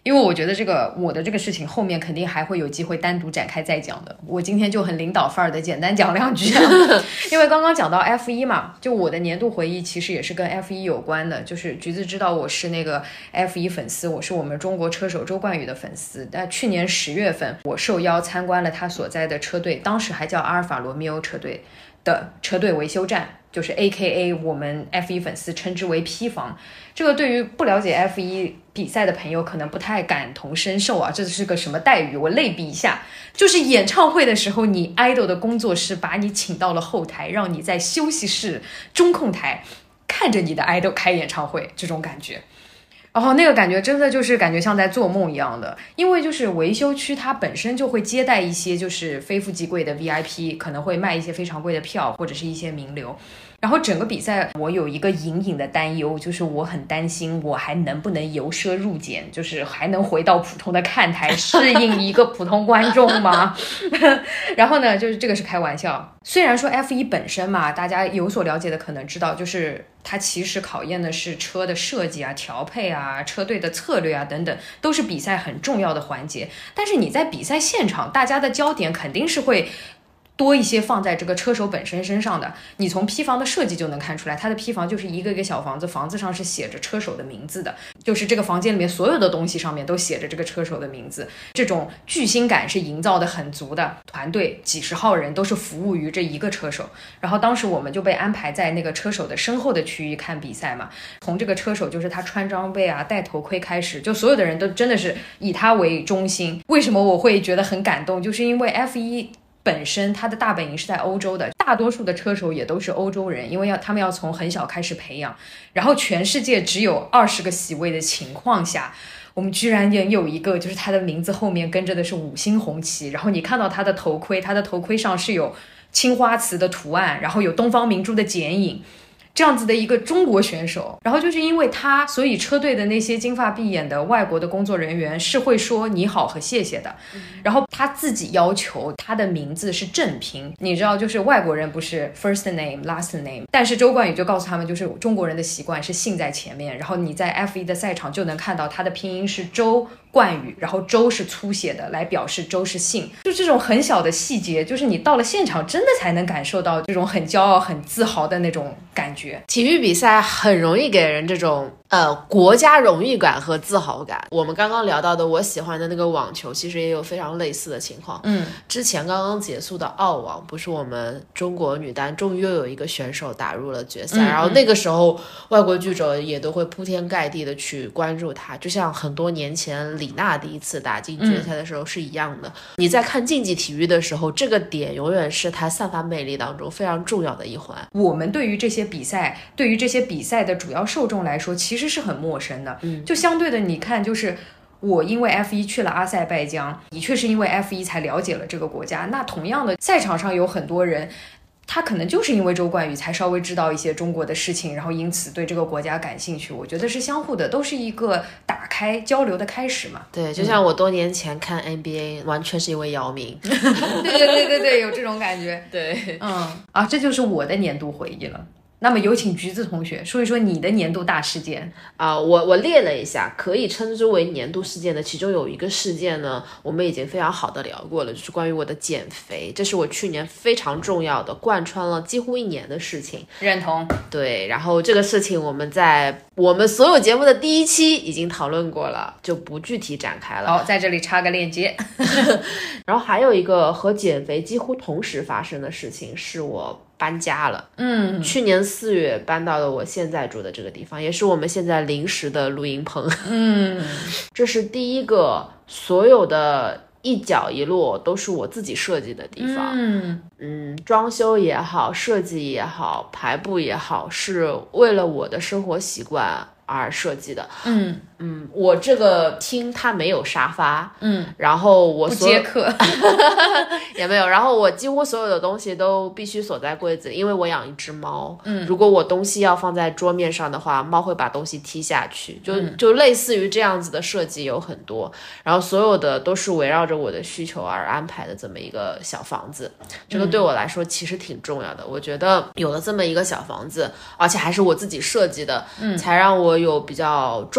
因为我觉得这个我的这个事情后面肯定还会有机会单独展开再讲的，我今天就很领导范儿的简单讲两句啊。因为刚刚讲到 F 一 嘛，就我的年度回忆其实也是跟 F 一 有关的，就是橘子知道我是那个 F 一 粉丝，我是我们中国车手周冠宇的粉丝。但去年十月份我受邀参观了他所在的车队，当时还叫阿尔法罗密欧车队的车队维修站，就是 A K A 我们 F 一 粉丝称之为 P 房。这个对于不了解 F 一 比赛的朋友可能不太感同身受啊，这是个什么待遇？我类比一下，就是演唱会的时候，你 idol 的工作室把你请到了后台，让你在休息室中控台看着你的 idol 开演唱会，这种感觉。然后那个感觉真的就是感觉像在做梦一样的，因为就是维修区它本身就会接待一些就是非富即贵的 V I P， 可能会卖一些非常贵的票或者是一些名流。然后整个比赛我有一个隐隐的担忧，就是我很担心我还能不能由奢入俭，就是还能回到普通的看台适应一个普通观众吗？然后呢就是这个是开玩笑，虽然说 F 一 本身嘛，大家有所了解的可能知道，就是它其实考验的是车的设计啊、调配啊、车队的策略啊等等，都是比赛很重要的环节。但是你在比赛现场，大家的焦点肯定是会多一些放在这个车手本身身上的。你从坯房的设计就能看出来，它的坯房就是一个一个小房子，房子上是写着车手的名字的，就是这个房间里面所有的东西上面都写着这个车手的名字，这种巨星感是营造的很足的。团队几十号人都是服务于这一个车手，然后当时我们就被安排在那个车手的身后的区域看比赛嘛。从这个车手就是他穿装备啊、戴头盔开始，就所有的人都真的是以他为中心。为什么我会觉得很感动，就是因为 F 一本身它的大本营是在欧洲的，大多数的车手也都是欧洲人，因为要他们要从很小开始培养，然后全世界只有二十个席位的情况下，我们居然也有一个就是他的名字后面跟着的是五星红旗，然后你看到他的头盔，他的头盔上是有青花瓷的图案，然后有东方明珠的剪影，这样子的一个中国选手。然后就是因为他，所以车队的那些金发碧眼的外国的工作人员是会说你好和谢谢的。然后他自己要求他的名字是正拼，你知道就是外国人不是 first name last name， 但是周冠宇就告诉他们，就是中国人的习惯是姓在前面，然后你在 F 一 的赛场就能看到他的拼音是周冠宇，然后周是粗写的，来表示周是姓。就这种很小的细节，就是你到了现场真的才能感受到这种很骄傲很自豪的那种感觉。 体育比赛很容易给人这种呃国家荣誉感和自豪感。我们刚刚聊到的我喜欢的那个网球其实也有非常类似的情况。 嗯， 之前刚刚结束的澳网，不是我们中国女单终于又有一个选手打入了决赛，嗯嗯，然后那个时候外国记者也都会铺天盖地的去关注她，就像很多年前李娜第一次打进决赛的时候是一样的。嗯，你在看竞技体育的时候，这个点永远是她散发魅力当中非常重要的一环。 我们对于这些比赛，对于这些比赛的主要受众来说其实是很陌生的。嗯，就相对的你看，就是我因为 F 一 去了阿塞拜疆，的确是因为 F 一 才了解了这个国家。那同样的赛场上有很多人，他可能就是因为周冠宇才稍微知道一些中国的事情，然后因此对这个国家感兴趣。我觉得是相互的，都是一个打开交流的开始嘛。 对，就像我多年前看 N B A，嗯，完全是因为姚明。 对对对对对，有这种感觉。 对， 嗯啊，这就是我的年度回忆了。那么有请橘子同学说一说你的年度大事件啊、呃！我我列了一下，可以称之为年度事件的，其中有一个事件呢，我们已经非常好的聊过了，就是关于我的减肥，这是我去年非常重要的，贯穿了几乎一年的事情。 认同。 对，然后这个事情我们在我们所有节目的第一期已经讨论过了，就不具体展开了。 好，在这里插个链接。 然后还有一个和减肥几乎同时发生的事情，是我搬家了。 嗯， 去年四月搬到了我现在住的这个地方，也是我们现在临时的录音棚。 嗯， 这是第一个所有的一角一落都是我自己设计的地方。 嗯嗯，装修也好，设计也好，排布也好，是为了我的生活习惯而设计的。 嗯嗯，我这个厅它没有沙发， 嗯， 然后我所不接客也没有，然后我几乎所有的东西都必须锁在柜子里，因为我养一只猫。 嗯， 如果我东西要放在桌面上的话，猫会把东西踢下去，就就类似于这样子的设计有很多，然后所有的都是围绕着我的需求而安排的这么一个小房子。这个对我来说其实挺重要的，我觉得有了这么一个小房子，而且还是我自己设计的，嗯，才让我有比较重的归属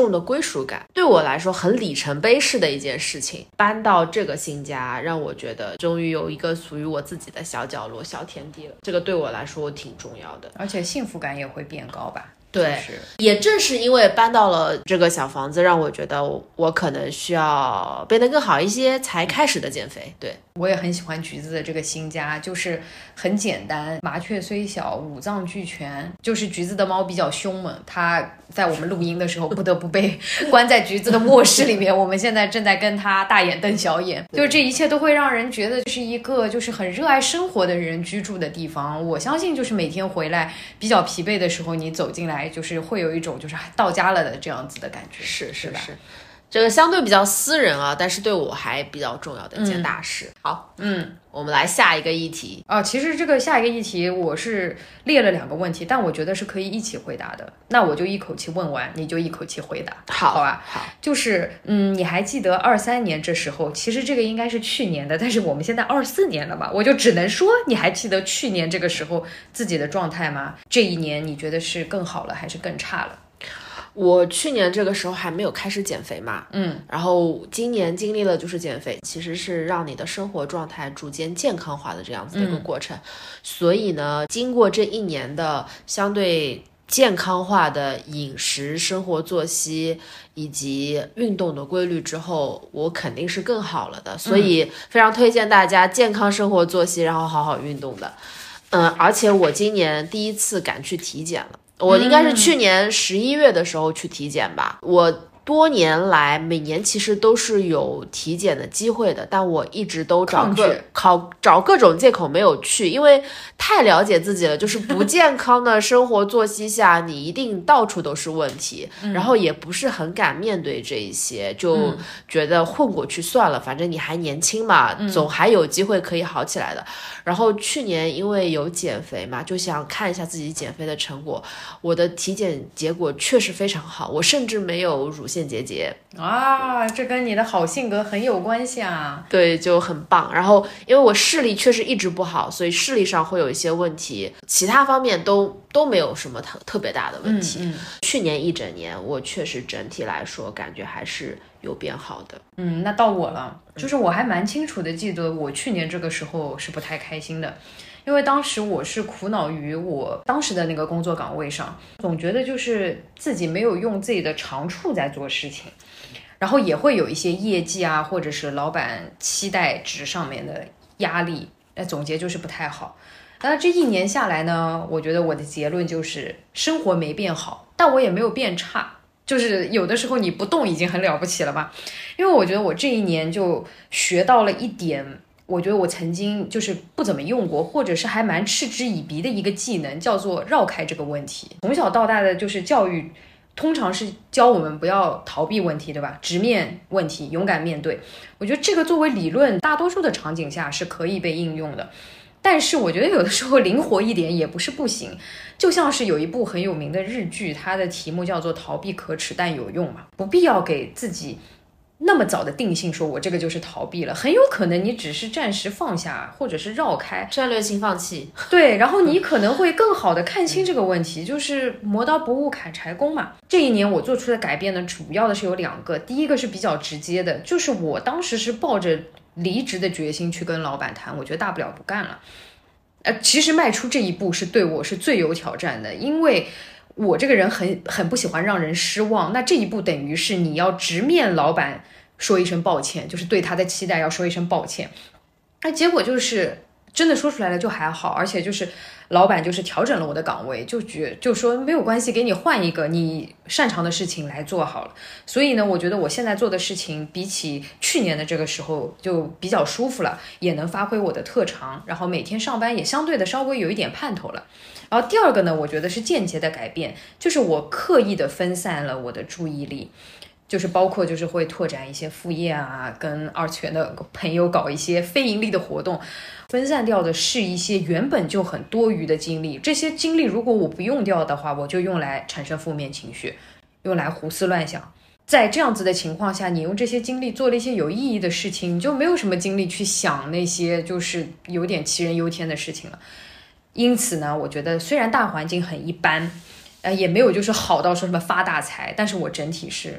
属感，对我来说很里程碑式的一件事情。搬到这个新家，让我觉得终于有一个属于我自己的小角落、小天地了，这个对我来说挺重要的， 而且幸福感也会变高吧。 对、 就是、 也正是因为搬到了这个小房子，让我觉得 我, 我可能需要变得更好一些，才开始的减肥。对， 我也很喜欢橘子的这个新家，就是很简单，麻雀虽小五脏俱全。就是橘子的猫比较凶猛，它在我们录音的时候不得不被关在橘子的卧室里面我们现在正在跟它大眼瞪小眼，就是这一切都会让人觉得这是一个就是很热爱生活的人居住的地方。我相信就是每天回来比较疲惫的时候，你走进来就是会有一种就是到家了的这样子的感觉。 是是吧？ 是，这个相对比较私人啊，但是对我还比较重要的一件大事。 嗯、 好， 嗯， 我们来下一个议题啊。其实这个下一个议题我是列了两个问题，但我觉得是可以一起回答的。那我就一口气问完，你就一口气回答， 好， 好吧？ 好， 就是嗯，你还记得二三年这时候，其实这个应该是去年的，但是我们现在二四年了吧？我就只能说，你还记得去年这个时候自己的状态吗？这一年你觉得是更好了还是更差了？ 我去年这个时候还没有开始减肥嘛， 嗯， 然后今年经历了就是减肥，其实是让你的生活状态逐渐健康化的这样子的一个过程。嗯、所以呢，经过这一年的相对健康化的饮食、生活作息以及运动的规律之后，我肯定是更好了的。所以非常推荐大家健康生活作息，然后好好运动的。嗯，而且我今年第一次敢去体检了。我应该是去年十一月的时候去体检吧。嗯、我多年来每年其实都是有体检的机会的，但我一直都找个考找各种借口没有去，因为太了解自己了，就是不健康的生活作息下你一定到处都是问题、嗯、然后也不是很敢面对这一些，就觉得混过去算了、嗯、反正你还年轻嘛、嗯、总还有机会可以好起来的。然后去年因为有减肥嘛，就想看一下自己减肥的成果，我的体检结果确实非常好，我甚至没有乳腺结节啊，这跟你的好性格很有关系啊。 对，就很棒。然后因为我视力确实一直不好，所以视力上会有一些问题，其他方面都都没有什么特特别大的问题。 嗯嗯、 去年一整年我确实整体来说感觉还是有变好的。 嗯，那到我了，就是我还蛮清楚的记得我去年这个时候是不太开心的，因为当时我是苦恼于我当时的那个工作岗位上，总觉得就是自己没有用自己的长处在做事情，然后也会有一些业绩啊，或者是老板期待值上面的压力，那总结就是不太好。但这一年下来呢，我觉得我的结论就是生活没变好，但我也没有变差。就是有的时候你不动已经很了不起了吧，因为我觉得我这一年就学到了一点，我觉得我曾经就是不怎么用过，或者是还蛮嗤之以鼻的一个技能，叫做绕开这个问题。从小到大的就是教育通常是教我们不要逃避问题，对吧？直面问题，勇敢面对。我觉得这个作为理论，大多数的场景下是可以被应用的，但是我觉得有的时候灵活一点也不是不行。就像是有一部很有名的日剧，它的题目叫做逃避可耻但有用嘛，不必要给自己那么早的定性说我这个就是逃避了，很有可能你只是暂时放下或者是绕开， 战略性放弃。 对，然后你可能会更好的看清这个问题，就是磨刀不误砍柴工嘛。这一年我做出的改变呢，主要的是有两个，第一个是比较直接的，就是我当时是抱着离职的决心去跟老板谈，我觉得大不了不干了。呃，其实迈出这一步是对我是最有挑战的，因为我这个人很很不喜欢让人失望。那这一步等于是你要直面老板说一声抱歉，就是对他的期待要说一声抱歉。那结果就是真的说出来了就还好，而且就是老板就是调整了我的岗位，就觉就说没有关系，给你换一个你擅长的事情来做好了。所以呢，我觉得我现在做的事情比起去年的这个时候就比较舒服了，也能发挥我的特长，然后每天上班也相对的稍微有一点盼头了。然后第二个呢，我觉得是间接的改变，就是我刻意的分散了我的注意力，就是包括就是会拓展一些副业啊，跟二次元的朋友搞一些非盈利的活动，分散掉的是一些原本就很多余的精力。这些精力如果我不用掉的话，我就用来产生负面情绪，用来胡思乱想。在这样子的情况下，你用这些精力做了一些有意义的事情，你就没有什么精力去想那些就是有点杞人忧天的事情了。因此呢，我觉得虽然大环境很一般，呃，也没有就是好到说什么发大财，但是我整体是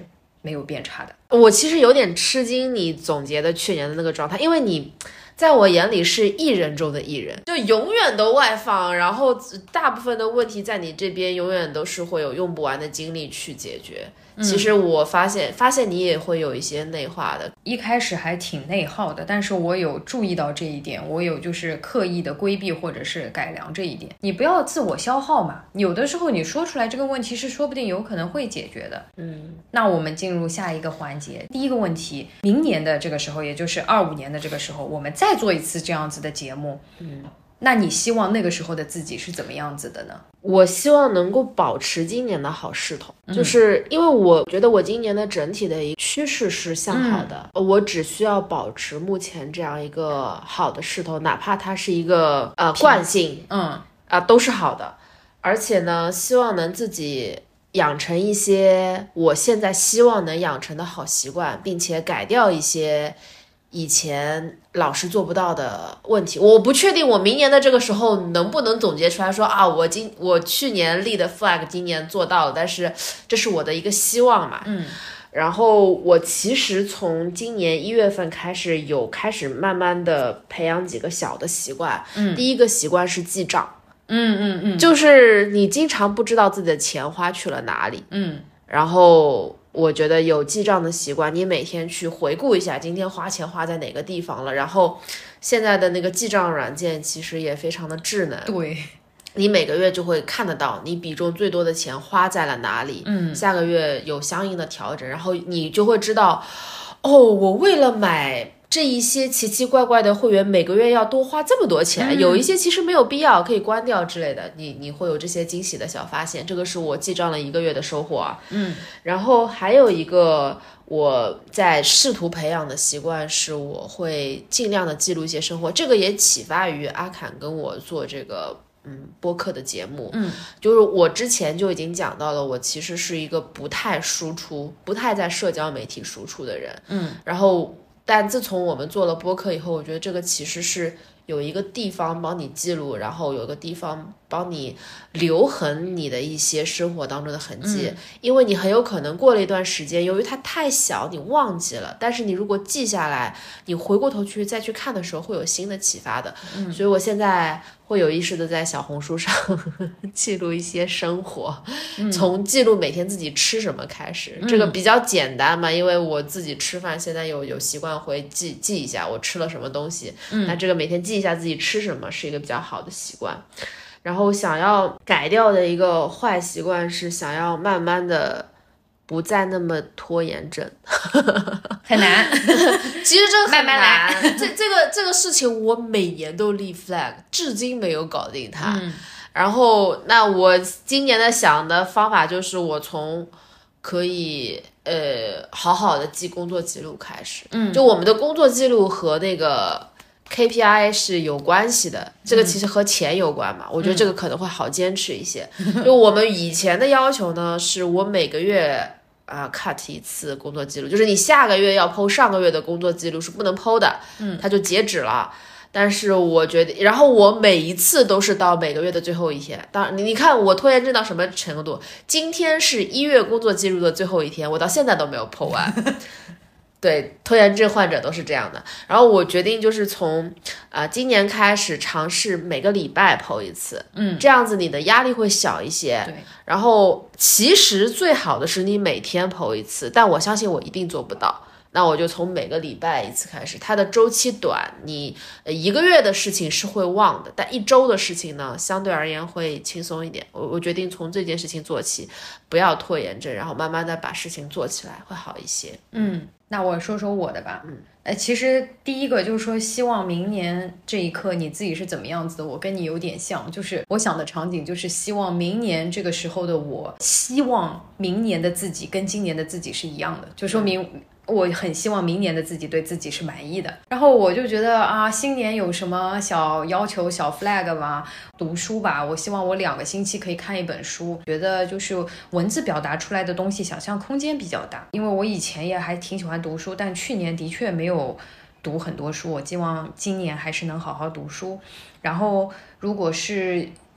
没有变差的。 我其实有点吃惊你总结的去年的那个状态，因为你在我眼里是艺人中的艺人，就永远都外放，然后大部分的问题在你这边永远都是会有用不完的精力去解决。其实我发现发现你也会有一些内化的， 一开始还挺内耗的，但是我有注意到这一点，我有就是刻意的规避或者是改良这一点。你不要自我消耗嘛，有的时候你说出来这个问题是说不定有可能会解决的。 嗯， 那我们进入下一个环节，第一个问题，明年的这个时候，也就是二五年的这个时候，我们再做一次这样子的节目， 嗯， 那你希望那个时候的自己是怎么样子的呢？ 我希望能够保持今年的好势头，就是因为我觉得我今年的整体的一个趋势是向好的，嗯、我只需要保持目前这样一个好的势头，哪怕它是一个呃惯性， 嗯啊、 呃、都是好的。而且呢，希望能自己养成一些我现在希望能养成的好习惯，并且改掉一些以前老是做不到的问题。我不确定我明年的这个时候能不能总结出来说啊，我今我去年立的 flag 今年做到了，但是这是我的一个希望嘛。 嗯， 然后我其实从今年一月份开始有开始慢慢的培养几个小的习惯。 嗯， 第一个习惯是记账。 嗯嗯嗯， 就是你经常不知道自己的钱花去了哪里。 嗯， 然后我觉得有记账的习惯，你每天去回顾一下今天花钱花在哪个地方了，然后现在的那个记账软件其实也非常的智能， 对， 你每个月就会看得到你比重最多的钱花在了哪里， 嗯， 下个月有相应的调整，然后你就会知道，哦，我为了买这一些奇奇怪怪的会员每个月要多花这么多钱、嗯、有一些其实没有必要，可以关掉之类的，你你会有这些惊喜的小发现，这个是我记账了一个月的收获啊。 嗯， 然后还有一个我在试图培养的习惯是我会尽量的记录一些生活，这个也启发于阿侃跟我做这个嗯播客的节目。 嗯， 就是我之前就已经讲到了，我其实是一个不太输出不太在社交媒体输出的人。 嗯， 然后但自从我们做了播客以后，我觉得这个其实是有一个地方帮你记录，然后有一个地方帮你留痕你的一些生活当中的痕迹、嗯、因为你很有可能过了一段时间，由于它太小你忘记了，但是你如果记下来，你回过头去再去看的时候会有新的启发的、嗯、所以我现在会有意识的在小红书上呵呵记录一些生活、嗯、从记录每天自己吃什么开始、嗯、这个比较简单嘛，因为我自己吃饭现在有有习惯会记记一下我吃了什么东西、嗯、那这个每天记一下自己吃什么是一个比较好的习惯。然后想要改掉的一个坏习惯是想要慢慢的不再那么拖延症很难其实这个很难， 慢慢来这这个这个事情我每年都立 flag， 至今没有搞定它、嗯、然后那我今年的想的方法就是我从可以呃好好的记工作记录开始。嗯，就我们的工作记录和那个K P I 是有关系的，这个其实和钱有关嘛、嗯、我觉得这个可能会好坚持一些、嗯、就我们以前的要求呢是我每个月啊、呃、cut 一次工作记录，就是你下个月要 po 上个月的工作记录是不能 po 的，嗯，它就截止了。但是我觉得，然后我每一次都是到每个月的最后一天，当然你看我拖延症到什么程度，今天是一月工作记录的最后一天，我到现在都没有 po 完对，拖延症患者都是这样的。然后我决定就是从啊、呃、今年开始尝试每个礼拜 po 一次，嗯，这样子你的压力会小一些。 对， 然后其实最好的是你每天 po 一次，但我相信我一定做不到。那我就从每个礼拜一次开始，它的周期短，你一个月的事情是会忘的，但一周的事情呢，相对而言会轻松一点。我我决定从这件事情做起，不要拖延症，然后慢慢的把事情做起来，会好一些。 嗯，那我说说我的吧。嗯，呃，其实第一个就是说，希望明年这一刻你自己是怎么样子的，我跟你有点像，就是我想的场景就是希望明年这个时候的我，希望明年的自己跟今年的自己是一样的，就说明、嗯我很希望明年的自己对自己是满意的。然后我就觉得啊，新年有什么小要求小 flag 吗？读书吧，我希望我两个星期可以看一本书，觉得就是文字表达出来的东西想象空间比较大，因为我以前也还挺喜欢读书，但去年的确没有读很多书，我希望今年还是能好好读书。然后如果是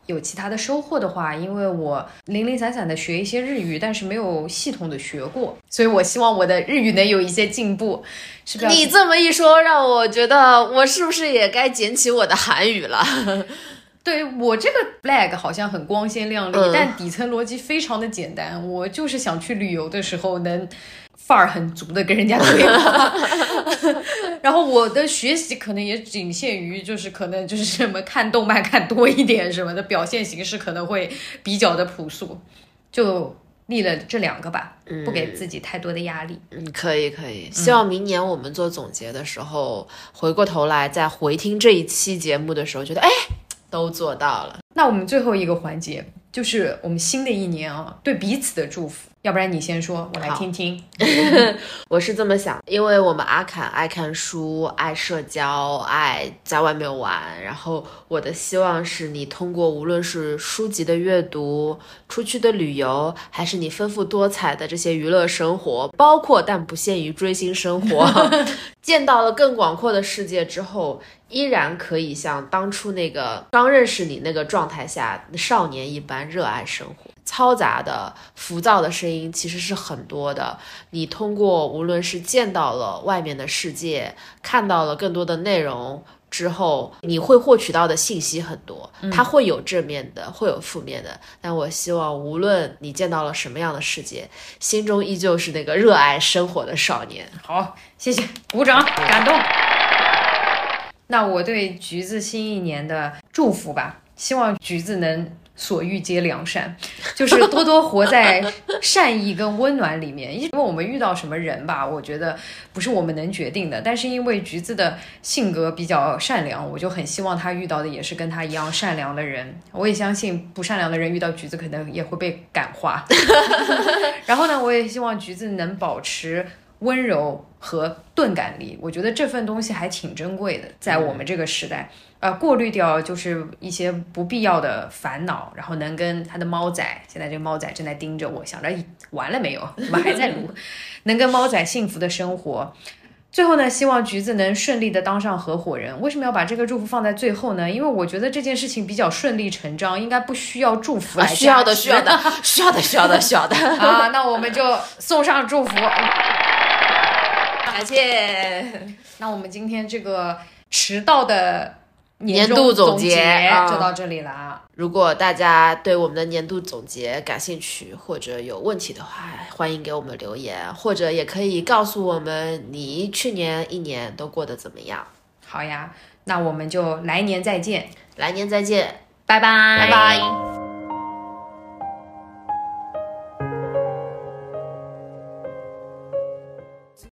有其他的收获的话，因为我零零散散的学一些日语，但是没有系统的学过，所以我希望我的日语能有一些进步。是不是？ 你这么一说，让我觉得我是不是也该捡起我的韩语了？ 对，我这个 flag 好像很光鲜亮丽， 嗯、 但底层逻辑非常的简单。我就是想去旅游的时候能范儿很足的跟人家对话，然后我的学习可能也仅限于就是可能就是什么看动漫看多一点什么的，表现形式可能会比较的朴素，就立了这两个吧，不给自己太多的压力。 嗯，可以可以，希望明年我们做总结的时候，嗯、回过头来再回听这一期节目的时候，觉得哎，都做到了。 那我们最后一个环节就是我们新的一年啊，对彼此的祝福。要不然你先说，我来听听。 我是这么想，因为我们阿侃爱看书，爱社交，爱在外面玩，然后我的希望是你通过无论是书籍的阅读、出去的旅游，还是你丰富多彩的这些娱乐生活，包括但不限于追星生活，见到了更广阔的世界之后，依然可以像当初那个刚认识你那个状态下少年一般热爱生活。嘈杂的浮躁的声音其实是很多的，你通过无论是见到了外面的世界，看到了更多的内容之后，你会获取到的信息很多，它会有正面的，会有负面的，但我希望无论你见到了什么样的世界，心中依旧是那个热爱生活的少年。 好，谢谢，鼓掌，感动。那我对橘子新一年的祝福吧，希望橘子能所欲皆良善，就是多多活在善意跟温暖里面。因为我们遇到什么人吧，我觉得不是我们能决定的，但是因为橘子的性格比较善良，我就很希望他遇到的也是跟他一样善良的人。我也相信不善良的人遇到橘子可能也会被感化。然后呢，我也希望橘子能保持温柔和钝感力，我觉得这份东西还挺珍贵的，在我们这个时代。呃，过滤掉就是一些不必要的烦恼，然后能跟他的猫仔，现在这个猫仔正在盯着我，想着完了没有，我们还在录，能跟猫仔幸福的生活。最后呢，希望橘子能顺利的当上合伙人。为什么要把这个祝福放在最后呢？因为我觉得这件事情比较顺理成章，应该不需要祝福来、啊、 需要的需要的需要的需要的需要的啊，那我们就送上祝福， 感谢。 那我们今天这个迟到的年度总结就到这里了啊！ 如果大家对我们的年度总结感兴趣或者有问题的话，欢迎给我们留言，或者也可以告诉我们你去年一年都过得怎么样。 好呀，那我们就来年再见， 来年再见， 拜拜， 拜拜。